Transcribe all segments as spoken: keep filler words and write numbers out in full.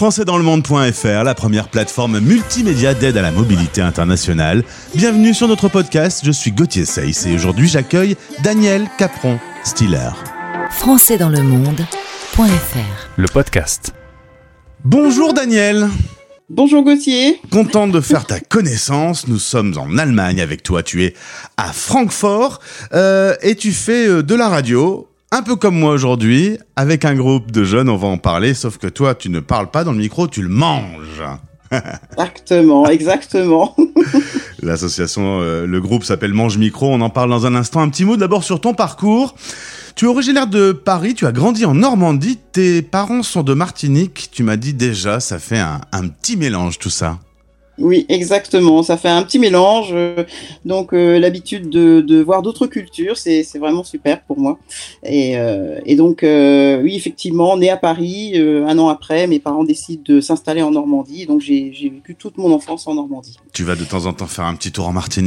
français dans le monde point f r, la première plateforme multimédia d'aide à la mobilité internationale. Bienvenue sur notre podcast, je suis Gauthier Seyss et aujourd'hui j'accueille Daniel Capron-Stiller. français dans le monde point f r, le podcast. Bonjour Daniel. Bonjour Gauthier. Content de faire ta connaissance. Nous sommes en Allemagne avec toi. Tu es à Francfort euh, et tu fais euh, de la radio, un peu comme moi aujourd'hui, avec un groupe de jeunes. On va en parler, sauf que toi, tu ne parles pas dans le micro, tu le manges. Exactement, exactement. L'association, euh, le groupe s'appelle Mange Micro. On en parle dans un instant. Un petit mot d'abord sur ton parcours. Tu es originaire de Paris, tu as grandi en Normandie, tes parents sont de Martinique, tu m'as dit déjà, ça fait un, un petit mélange tout ça. Oui, exactement, ça fait un petit mélange, donc euh, l'habitude de, de voir d'autres cultures, c'est, c'est vraiment super pour moi. Et, euh, et donc, euh, oui, effectivement, né à Paris, euh, un an après, mes parents décident de s'installer en Normandie, donc j'ai, j'ai vécu toute mon enfance en Normandie. Tu vas de temps en temps faire un petit tour en Martinique ?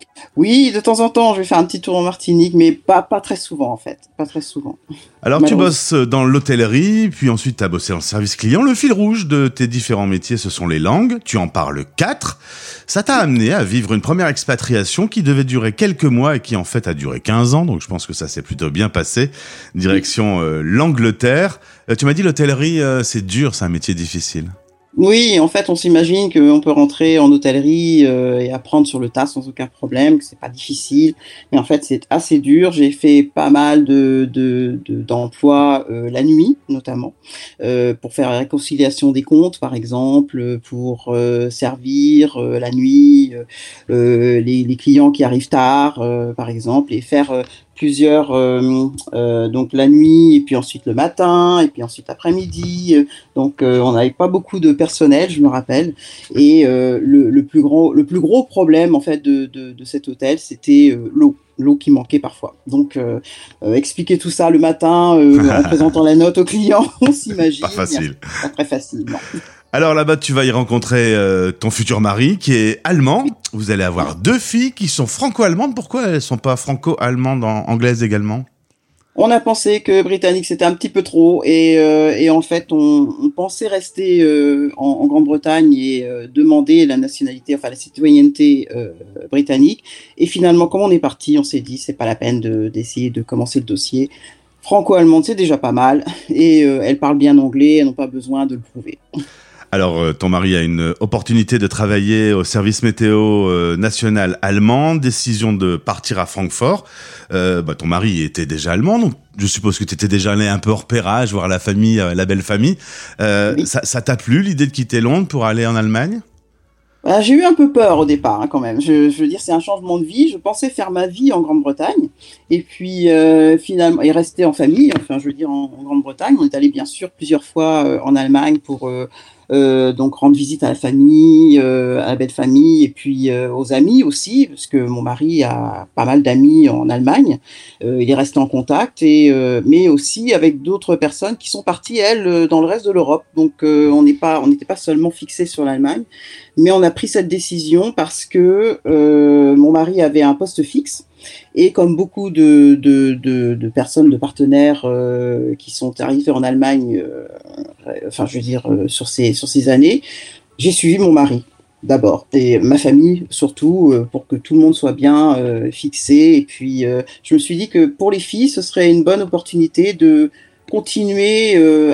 Oui, de temps en temps, je vais faire un petit tour en Martinique, mais pas, pas très souvent en fait, pas très souvent. Alors tu bosses dans l'hôtellerie, puis ensuite tu as bossé en service client. Le fil rouge de tes différents métiers, ce sont les langues. Tu en parles quatre. Ça t'a amené à vivre une première expatriation qui devait durer quelques mois et qui en fait a duré quinze ans, donc je pense que ça s'est plutôt bien passé. Direction euh, l'Angleterre. Euh, tu m'as dit l'hôtellerie, euh, c'est dur, c'est un métier difficile. Oui, en fait, on s'imagine qu'on peut rentrer en hôtellerie euh, et apprendre sur le tas sans aucun problème, que c'est pas difficile. Mais en fait, c'est assez dur. J'ai fait pas mal de, de, de d'emplois euh, la nuit, notamment, euh, pour faire la réconciliation des comptes, par exemple, pour euh, servir euh, la nuit euh, les, les clients qui arrivent tard, euh, par exemple, et faire euh, plusieurs, euh, euh, donc la nuit, et puis ensuite le matin, et puis ensuite l'après-midi. Donc euh, on n'avait pas beaucoup de personnel, je me rappelle. Et euh, le, le plus gros, le plus gros problème en fait de, de, de cet hôtel, c'était euh, l'eau. l'eau qui manquait parfois. Donc, euh, euh, expliquer tout ça le matin euh, en présentant la note au client, on s'imagine. Pas facile. Pas très facile, non. Alors là-bas, tu vas y rencontrer euh, ton futur mari qui est allemand. Vous allez avoir deux filles qui sont franco-allemandes. Pourquoi elles ne sont pas franco-allemandes, anglaises également ? On a pensé que britannique c'était un petit peu trop et, euh, et en fait on, on pensait rester euh, en, en Grande-Bretagne et euh, demander la nationalité, enfin la citoyenneté euh, britannique. Et finalement, comme on est parti, on s'est dit c'est pas la peine de, d'essayer de commencer le dossier. Franco-allemande, c'est déjà pas mal et euh, elles parlent bien anglais, elles n'ont pas besoin de le prouver. Alors, euh, ton mari a une opportunité de travailler au service météo euh, national allemand, décision de partir à Francfort. Euh, bah, ton mari était déjà allemand, donc je suppose que tu étais déjà allé un peu hors pérage, voir la famille, euh, la belle famille. Euh, oui. ça, ça t'a plu, l'idée de quitter Londres pour aller en Allemagne ? Bah, j'ai eu un peu peur au départ, hein, quand même. Je, je veux dire, c'est un changement de vie. Je pensais faire ma vie en Grande-Bretagne. Et puis, euh, finalement, et rester en famille. Enfin, je veux dire, en, en Grande-Bretagne. On est allé, bien sûr, plusieurs fois euh, en Allemagne pour euh, euh, donc rendre visite à la famille, euh, à la belle famille, et puis euh, aux amis aussi, parce que mon mari a pas mal d'amis en Allemagne. Euh, il est resté en contact, et, euh, mais aussi avec d'autres personnes qui sont parties, elles, dans le reste de l'Europe. Donc, euh, on n'est pas, on n'était pas seulement fixé sur l'Allemagne. Mais on a pris cette décision parce que euh, mon mari avait un poste fixe et comme beaucoup de, de, de, de personnes, de partenaires euh, qui sont arrivés en Allemagne, euh, enfin je veux dire euh, sur ces sur ces années, j'ai suivi mon mari d'abord et ma famille surtout euh, pour que tout le monde soit bien euh, fixé. Et puis euh, je me suis dit que pour les filles, ce serait une bonne opportunité de continuer euh,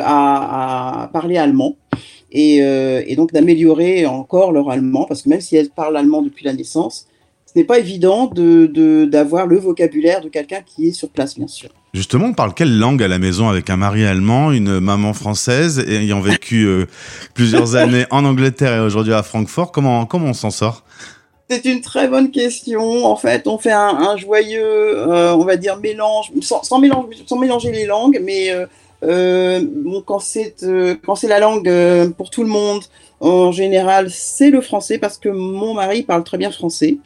à, à parler allemand. Et, euh, et donc d'améliorer encore leur allemand, parce que même si elles parlent allemand depuis la naissance, ce n'est pas évident de, de, d'avoir le vocabulaire de quelqu'un qui est sur place, bien sûr. Justement, on parle quelle langue à la maison avec un mari allemand, une maman française, et ayant vécu euh, plusieurs années en Angleterre et aujourd'hui à Francfort, comment, comment on s'en sort ? C'est une très bonne question. En fait, on fait un, un joyeux, euh, on va dire, mélange, sans, sans, mélange, sans mélanger les langues, mais... Euh, Euh, bon, quand c'est euh, quand c'est la langue euh, pour tout le monde, en général, c'est le français parce que mon mari parle très bien français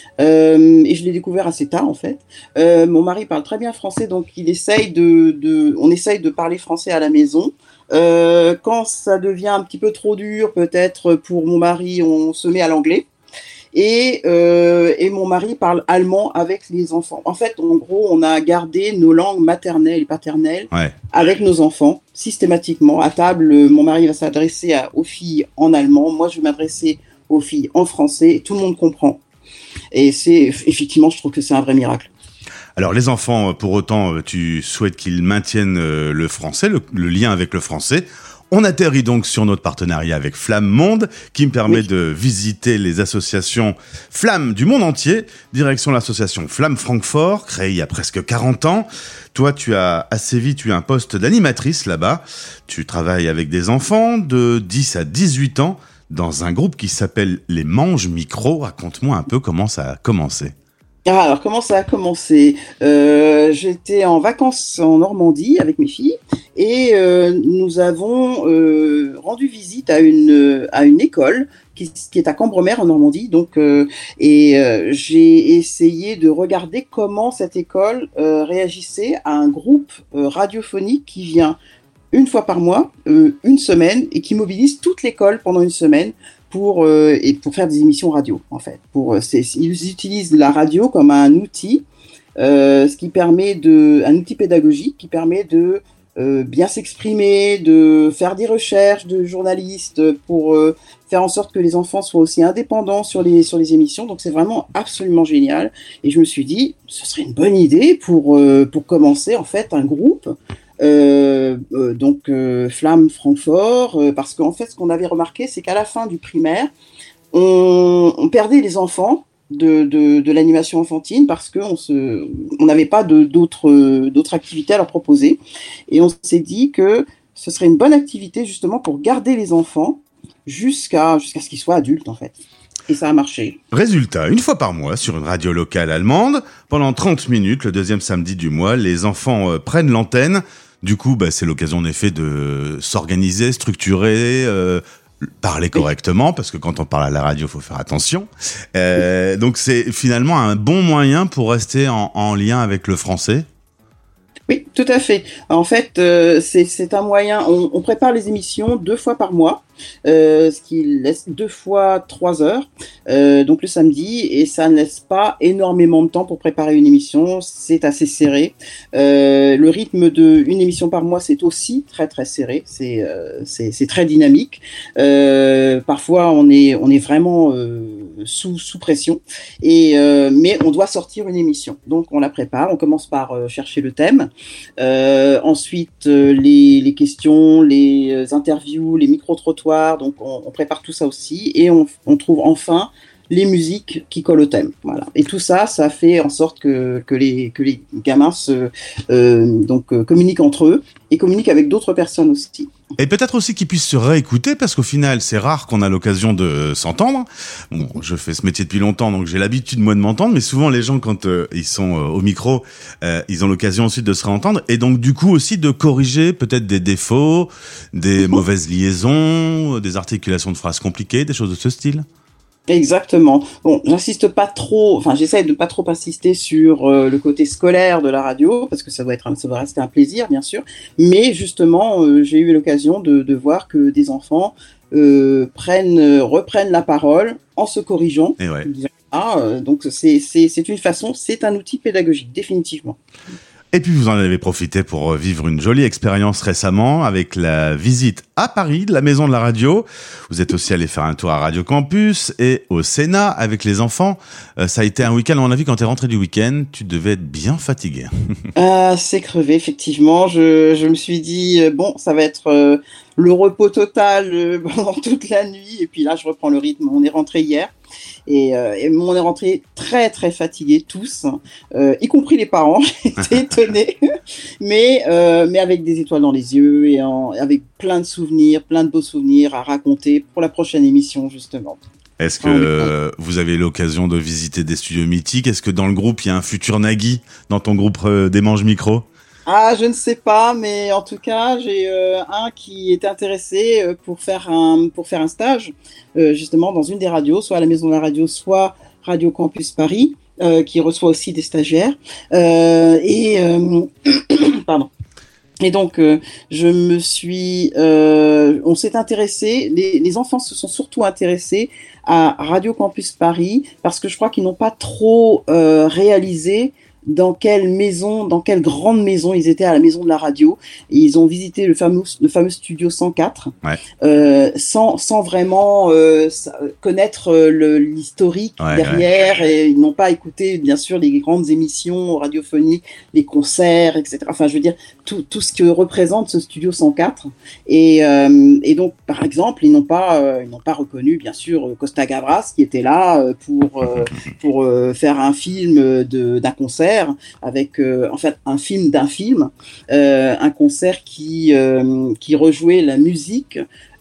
euh, et je l'ai découvert assez tard en fait. Euh, mon mari parle très bien français, donc il essaye de, de on essaye de parler français à la maison. Euh, quand ça devient un petit peu trop dur, peut-être pour mon mari, on se met à l'anglais. et, euh, et mon mari parle allemand avec les enfants. En fait, en gros, on a gardé nos langues maternelles et paternelles Ouais. avec nos enfants, systématiquement. À table, mon mari va s'adresser à, aux filles en allemand, moi je vais m'adresser aux filles en français, tout le monde comprend. Et c'est, effectivement, je trouve que c'est un vrai miracle. Alors les enfants, pour autant, tu souhaites qu'ils maintiennent le français, le, le lien avec le français. On atterrit donc sur notre partenariat avec Flamme Monde, qui me permet oui. de visiter les associations Flamme du monde entier, direction l'association Flamme Francfort, créée il y a presque quarante ans. Toi, tu as assez vite eu un poste d'animatrice là-bas. Tu travailles avec des enfants de dix à dix-huit ans dans un groupe qui s'appelle les Manges Micro. Raconte-moi un peu comment ça a commencé. Ah, alors, comment ça a commencé ? euh, J'étais en vacances en Normandie avec mes filles et euh, nous avons euh, rendu visite à une, à une école qui, qui est à Cambremer en Normandie. Donc, euh, et euh, j'ai essayé de regarder comment cette école euh, réagissait à un groupe euh, radiophonique qui vient une fois par mois, euh, une semaine, et qui mobilise toute l'école pendant une semaine pour, euh, et pour faire des émissions radio, en fait. Pour, c'est, ils utilisent la radio comme un outil, euh, ce qui permet de, un outil pédagogique qui permet de euh, bien s'exprimer, de faire des recherches de journalistes pour euh, faire en sorte que les enfants soient aussi indépendants sur les, sur les émissions. Donc, c'est vraiment absolument génial. Et je me suis dit, ce serait une bonne idée pour, euh, pour commencer, en fait, un groupe. Euh, euh, donc euh, Flamme Francfort, euh, parce qu'en fait ce qu'on avait remarqué c'est qu'à la fin du primaire on, on perdait les enfants de, de, de l'animation enfantine parce qu'on se, on n'avait pas de, d'autres, d'autres activités à leur proposer et on s'est dit que ce serait une bonne activité justement pour garder les enfants jusqu'à, jusqu'à ce qu'ils soient adultes en fait. Et ça a marché. Résultat, une fois par mois, sur une radio locale allemande, pendant trente minutes, le deuxième samedi du mois, les enfants euh, prennent l'antenne. Du coup, bah, c'est l'occasion en effet de s'organiser, structurer, euh, parler correctement, parce que quand on parle à la radio, il faut faire attention. Euh, donc c'est finalement un bon moyen pour rester en, en lien avec le français. Oui, tout à fait. En fait, euh, c'est, c'est un moyen. On, on prépare les émissions deux fois par mois, euh, ce qui laisse deux fois trois heures, euh, donc le samedi, et ça ne laisse pas énormément de temps pour préparer une émission. C'est assez serré. Euh, le rythme de une émission par mois, c'est aussi très très serré. C'est euh, c'est, c'est très dynamique. Euh, parfois, on est on est vraiment euh, sous sous pression, et euh, mais on doit sortir une émission. Donc on la prépare. On commence par euh, chercher le thème. Euh, ensuite, euh, les, les questions, les interviews, les micro-trottoirs, donc on, on prépare tout ça aussi et on, on trouve enfin les musiques qui collent au thème. Voilà. Et tout ça, ça fait en sorte que, que, les, que les gamins se, euh, donc, euh, communiquent entre eux et communiquent avec d'autres personnes aussi. Et peut-être aussi qu'ils puissent se réécouter, parce qu'au final, c'est rare qu'on a l'occasion de s'entendre. Bon, je fais ce métier depuis longtemps, donc j'ai l'habitude, moi, de m'entendre, mais souvent, les gens, quand euh, ils sont euh, au micro, euh, ils ont l'occasion aussi de se réentendre, et donc, du coup, aussi de corriger peut-être des défauts, des mauvaises liaisons, des articulations de phrases compliquées, des choses de ce style. Exactement. Bon, j'insiste pas trop, enfin, j'essaie de pas trop insister sur euh, le côté scolaire de la radio, parce que ça doit être, un, ça doit rester un plaisir, bien sûr. Mais justement, euh, j'ai eu l'occasion de, de voir que des enfants euh, prennent, euh, reprennent la parole en se corrigeant. Et ouais. Ah, euh, donc c'est, c'est, c'est une façon, c'est un outil pédagogique, définitivement. Et puis vous en avez profité pour vivre une jolie expérience récemment avec la visite à Paris de la Maison de la Radio. Vous êtes aussi allé faire un tour à Radio Campus et au Sénat avec les enfants. Euh, ça a été un week-end, à mon avis, quand t'es rentré du week-end, tu devais être bien fatigué. Ah, c'est crevé, effectivement. Je, je me suis dit, euh, bon, ça va être euh, le repos total euh, pendant toute la nuit. Et puis là, je reprends le rythme. On est rentré hier. Et, euh, et on est rentrés très très fatigués tous, euh, y compris les parents. J'étais étonnée, mais euh, mais avec des étoiles dans les yeux et en, avec plein de souvenirs, plein de beaux souvenirs à raconter pour la prochaine émission justement. Est-ce que euh, vous avez l'occasion de visiter des studios mythiques ? Est-ce que dans le groupe il y a un futur Nagui dans ton groupe euh, des Manges Micro ? Ah, je ne sais pas, mais en tout cas, j'ai euh, un qui était intéressé euh, pour faire un pour faire un stage, euh, justement dans une des radios, soit à la Maison de la Radio, soit Radio Campus Paris, euh, qui reçoit aussi des stagiaires. Euh, et euh, pardon. Et donc, euh, je me suis, euh, on s'est intéressé, les, les enfants se sont surtout intéressés à Radio Campus Paris parce que je crois qu'ils n'ont pas trop euh, réalisé dans quelle maison, dans quelle grande maison ils étaient à la maison de la radio. Et ils ont visité le fameux, le fameux studio cent quatre, ouais. euh, sans, sans vraiment euh, connaître le, l'historique ouais, derrière. Ouais. Et ils n'ont pas écouté, bien sûr, les grandes émissions radiophoniques, les concerts, et cetera. Enfin, je veux dire, tout, tout ce que représente ce studio cent quatre. Et, euh, et donc, par exemple, ils n'ont pas, euh, ils n'ont pas reconnu, bien sûr, Costa Gavras, qui était là euh, pour, euh, pour euh, faire un film de, d'un concert. Avec euh, en fait un film d'un film, euh, un concert qui euh, qui rejouait la musique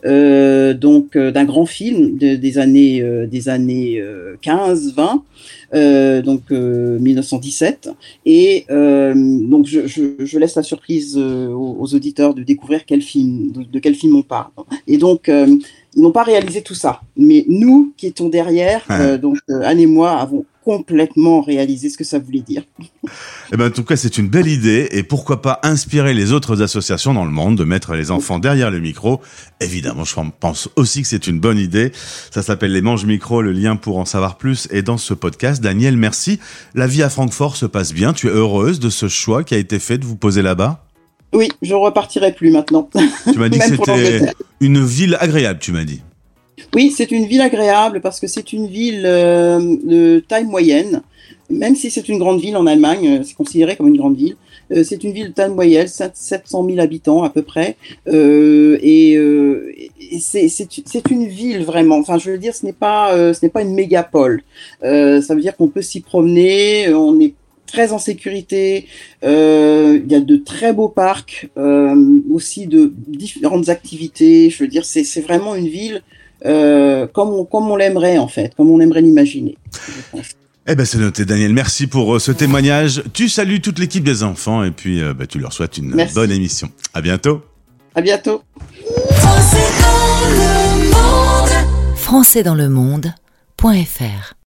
euh, donc euh, d'un grand film de, des années euh, des années euh, quinze vingt, euh, donc euh, mille neuf cent dix-sept, et euh, donc je, je, je laisse la surprise euh, aux, aux auditeurs de découvrir quel film de, de quel film on parle. Et donc euh, ils n'ont pas réalisé tout ça, mais nous qui étions derrière, euh, donc euh, Anne et moi avons complètement réalisé ce que ça voulait dire. Eh ben, en tout cas, c'est une belle idée, et pourquoi pas inspirer les autres associations dans le monde de mettre les enfants derrière le micro. Évidemment, je pense aussi que c'est une bonne idée. Ça s'appelle les Manges Micro, le lien pour en savoir plus est dans ce podcast. Danielle, merci. La vie à Francfort se passe bien. Tu es heureuse de ce choix qui a été fait de vous poser là-bas ? Oui, je repartirai plus maintenant. Tu m'as dit que c'était une ville agréable, tu m'as dit. Oui, c'est une ville agréable parce que c'est une ville euh, de taille moyenne. Même si c'est une grande ville en Allemagne, c'est considéré comme une grande ville. Euh, c'est une ville de taille moyenne, sept cent mille habitants à peu près. Euh, et euh, et c'est, c'est, c'est une ville vraiment. Enfin, je veux dire, ce n'est pas, euh, ce n'est pas une mégapole. Euh, ça veut dire qu'on peut s'y promener, on est très en sécurité, euh, il y a de très beaux parcs, euh, aussi de différentes activités. Je veux dire, c'est, c'est vraiment une ville euh, comme, on, comme on l'aimerait en fait, comme on aimerait l'imaginer, je pense. Eh ben c'est noté, Daniel. Merci pour euh, ce témoignage. Tu salues toute l'équipe des enfants et puis euh, bah, tu leur souhaites une Merci. bonne émission. À bientôt. À bientôt. Français dans le monde point F R